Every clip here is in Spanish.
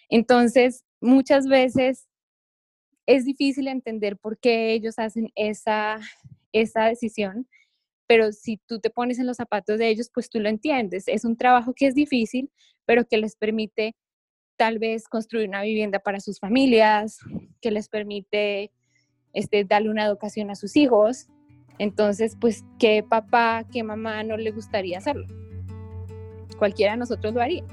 Entonces, muchas veces es difícil entender por qué ellos hacen esa decisión, pero si tú te pones en los zapatos de ellos, pues tú lo entiendes. Es un trabajo que es difícil, pero que les permite tal vez construir una vivienda para sus familias, que les permite darle una educación a sus hijos. Entonces, pues, ¿qué papá, qué mamá no le gustaría hacerlo? Cualquiera de nosotros lo haría.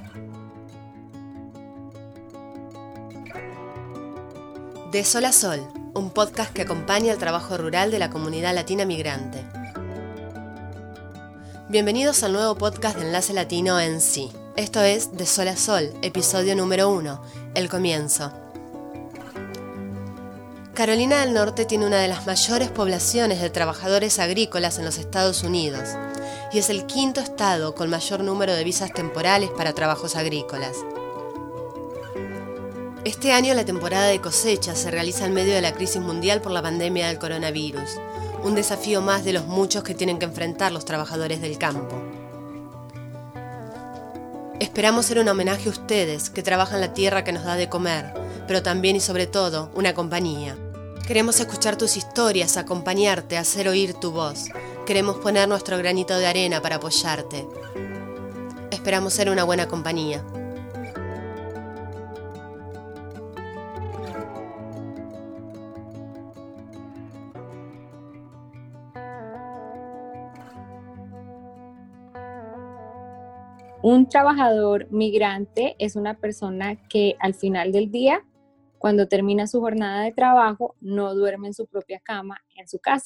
De Sol a Sol, un podcast que acompaña el trabajo rural de la comunidad latina migrante. Bienvenidos al nuevo podcast de Enlace Latino en sí. Esto es De Sol a Sol, episodio número 1, el comienzo. Carolina del Norte tiene una de las mayores poblaciones de trabajadores agrícolas en los Estados Unidos y es el quinto estado con mayor número de visas temporales para trabajos agrícolas. Este año la temporada de cosecha se realiza en medio de la crisis mundial por la pandemia del coronavirus, un desafío más de los muchos que tienen que enfrentar los trabajadores del campo. Esperamos ser un homenaje a ustedes que trabajan la tierra que nos da de comer, pero también y sobre todo una compañía. Queremos escuchar tus historias, acompañarte, hacer oír tu voz. Queremos poner nuestro granito de arena para apoyarte. Esperamos ser una buena compañía. Un trabajador migrante es una persona que al final del día, cuando termina su jornada de trabajo, no duerme en su propia cama en su casa.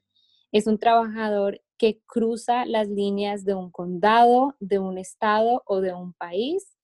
Es un trabajador que cruza las líneas de un condado, de un estado o de un país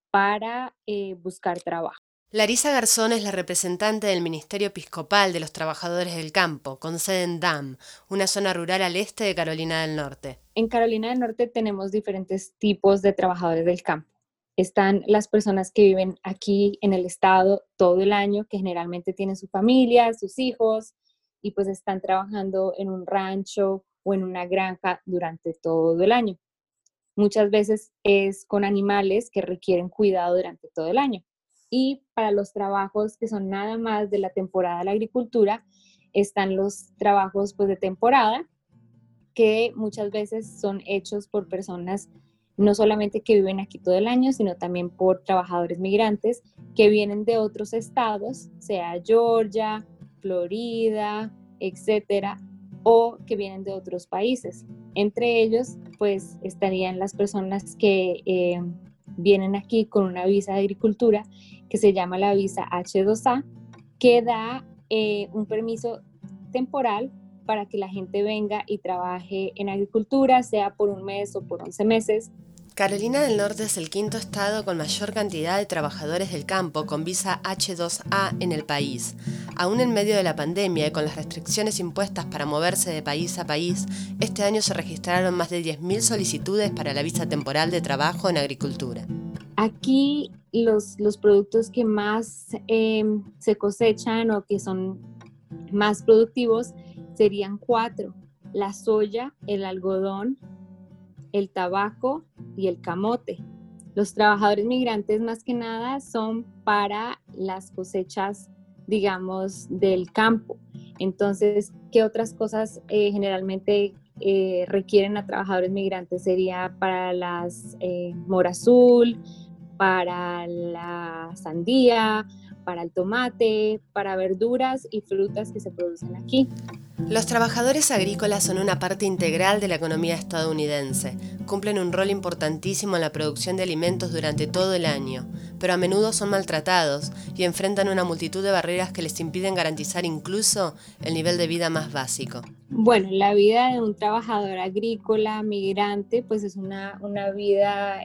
para buscar trabajo. Larisa Garzón es la representante del Ministerio Episcopal de los Trabajadores del Campo, con sede en Dam, una zona rural al este de Carolina del Norte. En Carolina del Norte tenemos diferentes tipos de trabajadores del campo. Están las personas que viven aquí en el estado todo el año, que generalmente tienen su familia, sus hijos, y pues están trabajando en un rancho o en una granja durante todo el año. Muchas veces es con animales que requieren cuidado durante todo el año. Y para los trabajos que son nada más de la temporada de la agricultura, están los trabajos pues, de temporada, que muchas veces son hechos por personas no solamente que viven aquí todo el año, sino también por trabajadores migrantes que vienen de otros estados, sea Georgia, Florida, etcétera, o que vienen de otros países. Entre ellos, pues, estarían las personas que vienen aquí con una visa de agricultura que se llama la visa H2A, que da un permiso temporal para que la gente venga y trabaje en agricultura, sea por un mes o por 11 meses. Carolina del Norte es el quinto estado con mayor cantidad de trabajadores del campo con visa H2A en el país. Aún en medio de la pandemia y con las restricciones impuestas para moverse de país a país, este año se registraron más de 10.000 solicitudes para la visa temporal de trabajo en agricultura. Aquí los productos que más se cosechan o que son más productivos serían 4: la soya, el algodón, el tabaco y el camote. Los trabajadores migrantes más que nada son para las cosechas, digamos, del campo. Entonces, ¿qué otras cosas generalmente requieren a trabajadores migrantes? Sería para las mora azul, para la sandía, para el tomate, para verduras y frutas que se producen aquí. Los trabajadores agrícolas son una parte integral de la economía estadounidense. Cumplen un rol importantísimo en la producción de alimentos durante todo el año, pero a menudo son maltratados y enfrentan una multitud de barreras que les impiden garantizar incluso el nivel de vida más básico. Bueno, la vida de un trabajador agrícola migrante, pues es una vida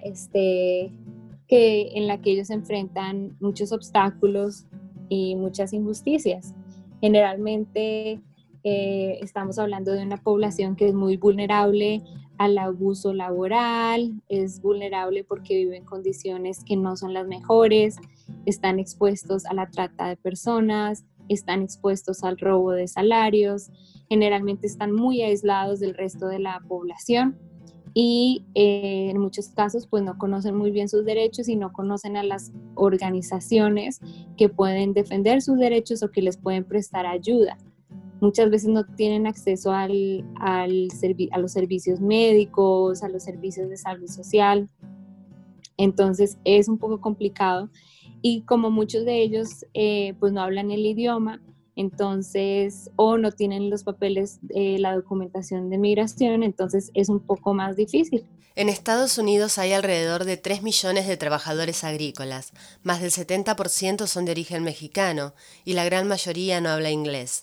en la que ellos enfrentan muchos obstáculos y muchas injusticias. Generalmente estamos hablando de una población que es muy vulnerable al abuso laboral, es vulnerable porque vive en condiciones que no son las mejores, están expuestos a la trata de personas, están expuestos al robo de salarios, generalmente están muy aislados del resto de la población y en muchos casos pues no conocen muy bien sus derechos y no conocen a las organizaciones que pueden defender sus derechos o que les pueden prestar ayuda. Muchas veces no tienen acceso a los servicios médicos, a los servicios de salud social. Entonces es un poco complicado y como muchos de ellos pues no hablan el idioma, entonces o no tienen los papeles, la documentación de migración, entonces es un poco más difícil. En Estados Unidos hay alrededor de 3 millones de trabajadores agrícolas, más del 70% son de origen mexicano y la gran mayoría no habla inglés.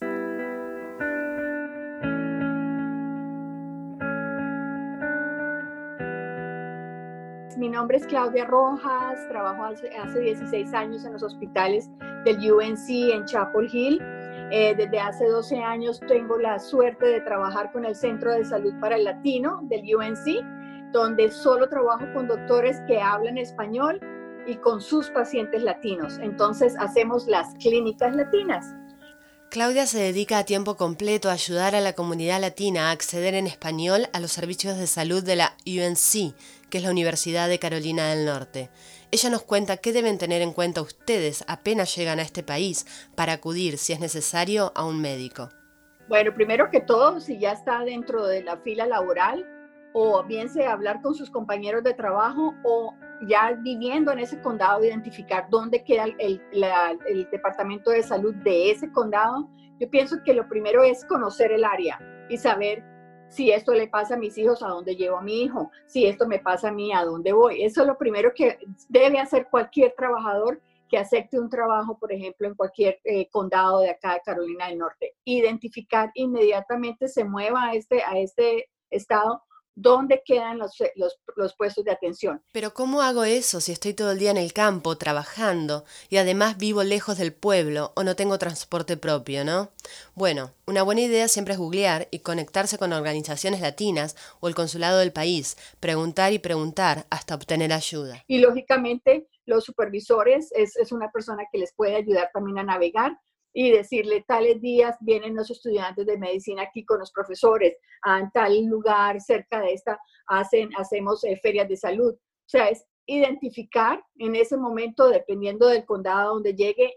Mi nombre es Claudia Rojas, trabajo hace 16 años en los hospitales del UNC en Chapel Hill. Desde hace 12 años tengo la suerte de trabajar con el Centro de Salud para el Latino del UNC, donde solo trabajo con doctores que hablan español y con sus pacientes latinos. Entonces hacemos las clínicas latinas. Claudia se dedica a tiempo completo a ayudar a la comunidad latina a acceder en español a los servicios de salud de la UNC, que es la Universidad de Carolina del Norte. Ella nos cuenta qué deben tener en cuenta ustedes apenas llegan a este país para acudir, si es necesario, a un médico. Bueno, primero que todo, si ya está dentro de la fila laboral, o bien sea hablar con sus compañeros de trabajo, o ya viviendo en ese condado, identificar dónde queda el departamento de salud de ese condado. Yo pienso que lo primero es conocer el área y saber si esto le pasa a mis hijos, a dónde llevo a mi hijo, si esto me pasa a mí, a dónde voy. Eso es lo primero que debe hacer cualquier trabajador que acepte un trabajo, por ejemplo, en cualquier condado de acá de Carolina del Norte. Identificar inmediatamente, se mueva a este estado, dónde quedan los puestos de atención. Pero ¿cómo hago eso si estoy todo el día en el campo, trabajando, y además vivo lejos del pueblo o no tengo transporte propio, ¿no? Bueno, una buena idea siempre es googlear y conectarse con organizaciones latinas o el consulado del país, preguntar y preguntar hasta obtener ayuda. Y lógicamente los supervisores es una persona que les puede ayudar también a navegar y decirle tales días vienen los estudiantes de medicina aquí con los profesores, en tal lugar cerca de esta hacemos ferias de salud. O sea, es identificar en ese momento, dependiendo del condado donde llegue,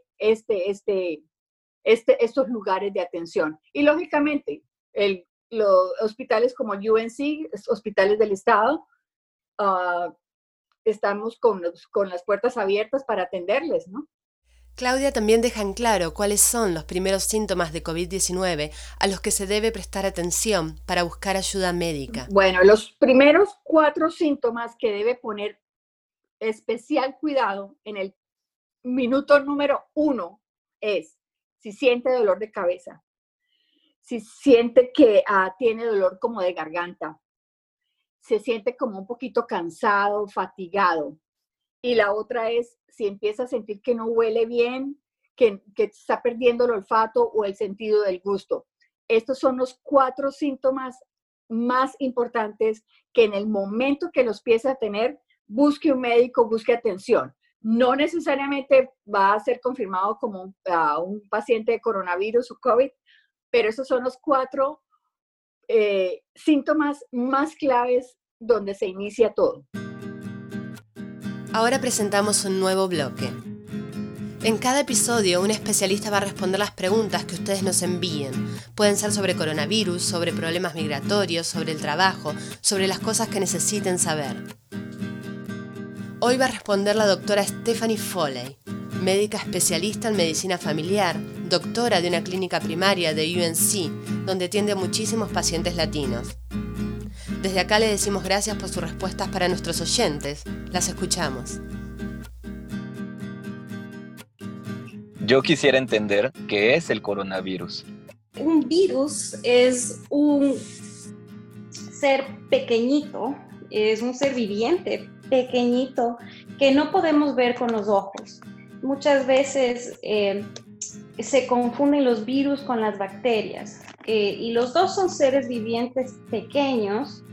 estos lugares de atención. Y lógicamente, los hospitales como UNC, hospitales del estado, estamos con las puertas abiertas para atenderles, ¿no? Claudia también deja en claro cuáles son los primeros síntomas de COVID-19 a los que se debe prestar atención para buscar ayuda médica. Bueno, los primeros 4 síntomas que debe poner especial cuidado en el minuto número 1 es si siente dolor de cabeza, si siente que tiene dolor como de garganta, se siente como un poquito cansado, fatigado. Y la otra es si empieza a sentir que no huele bien, que está perdiendo el olfato o el sentido del gusto. Estos son los 4 síntomas más importantes que en el momento que los empiece a tener, busque un médico, busque atención. No necesariamente va a ser confirmado como un paciente de coronavirus o COVID, pero esos son los 4 síntomas más claves donde se inicia todo. Ahora presentamos un nuevo bloque. En cada episodio, un especialista va a responder las preguntas que ustedes nos envíen. Pueden ser sobre coronavirus, sobre problemas migratorios, sobre el trabajo, sobre las cosas que necesiten saber. Hoy va a responder la doctora Stephanie Foley, médica especialista en medicina familiar, doctora de una clínica primaria de UNC, donde atiende a muchísimos pacientes latinos. Desde acá le decimos gracias por sus respuestas para nuestros oyentes. Las escuchamos. Yo quisiera entender qué es el coronavirus. Un virus es un ser pequeñito, es un ser viviente pequeñito que no podemos ver con los ojos. Muchas veces se confunden los virus con las bacterias y los dos son seres vivientes pequeños,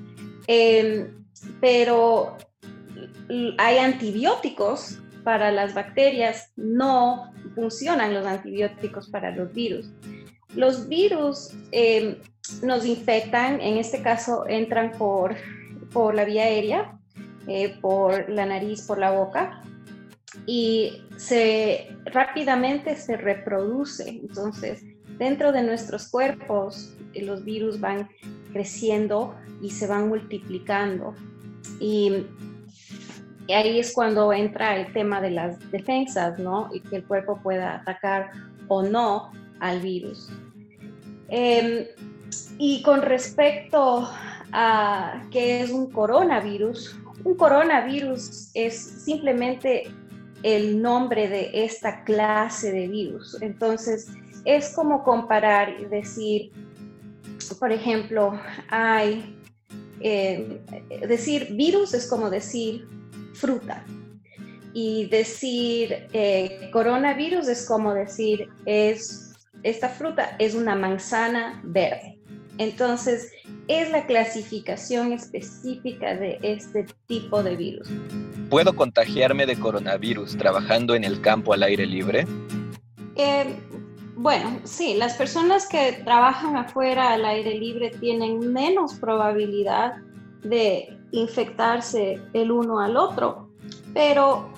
pero hay antibióticos para las bacterias, no funcionan los antibióticos para los virus. Los virus nos infectan, en este caso entran por por la vía aérea, por la nariz, por la boca, y rápidamente se reproduce. Entonces, dentro de nuestros cuerpos, los virus van creciendo y se van multiplicando. Y ahí es cuando entra el tema de las defensas, ¿no? Y que el cuerpo pueda atacar o no al virus. Y con respecto a qué es un coronavirus es simplemente el nombre de esta clase de virus. Entonces, es como comparar y decir, por ejemplo, decir virus es como decir fruta. Y decir coronavirus es como decir, esta fruta es una manzana verde. Entonces, es la clasificación específica de este tipo de virus. ¿Puedo contagiarme de coronavirus trabajando en el campo al aire libre? Bueno, sí, las personas que trabajan afuera al aire libre tienen menos probabilidad de infectarse el uno al otro, pero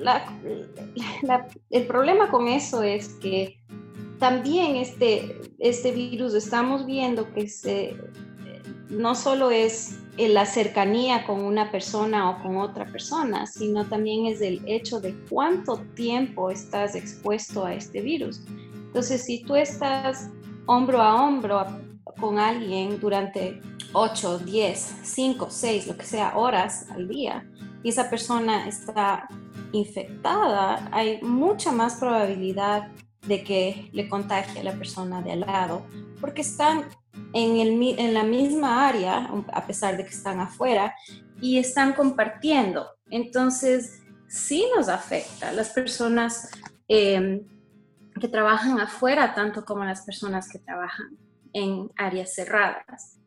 el problema con eso es que también este virus estamos viendo que no solo es la cercanía con una persona o con otra persona, sino también es el hecho de cuánto tiempo estás expuesto a este virus. Entonces, si tú estás hombro a hombro con alguien durante 8, 10, 5, 6, lo que sea, horas al día, y esa persona está infectada, hay mucha más probabilidad de que le contagie a la persona de al lado, porque están en la misma área, a pesar de que están afuera, y están compartiendo. Entonces, sí nos afecta. Las personas que trabajan afuera, tanto como las personas que trabajan en áreas cerradas.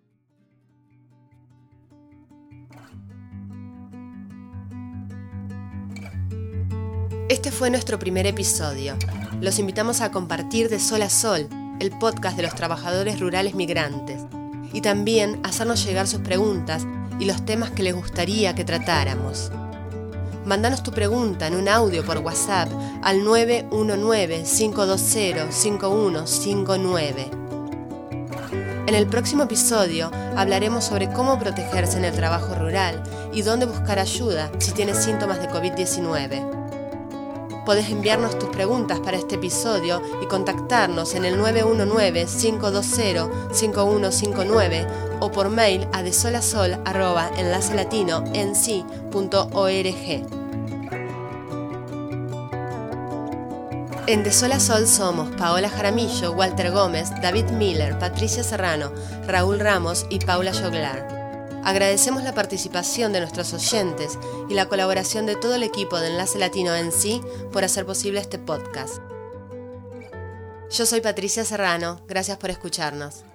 Este fue nuestro primer episodio. Los invitamos a compartir De Sol a Sol, el podcast de los trabajadores rurales migrantes, y también hacernos llegar sus preguntas y los temas que les gustaría que tratáramos. Mándanos tu pregunta en un audio por WhatsApp al 919-520-5159. En el próximo episodio hablaremos sobre cómo protegerse en el trabajo rural y dónde buscar ayuda si tienes síntomas de COVID-19. Podés enviarnos tus preguntas para este episodio y contactarnos en el 919-520-5159 o por mail a desolasol@enlacelatino.org. En De Sol a Sol somos Paola Jaramillo, Walter Gómez, David Miller, Patricia Serrano, Raúl Ramos y Paula Joglar. Agradecemos la participación de nuestros oyentes y la colaboración de todo el equipo de Enlace Latino en sí por hacer posible este podcast. Yo soy Patricia Serrano, gracias por escucharnos.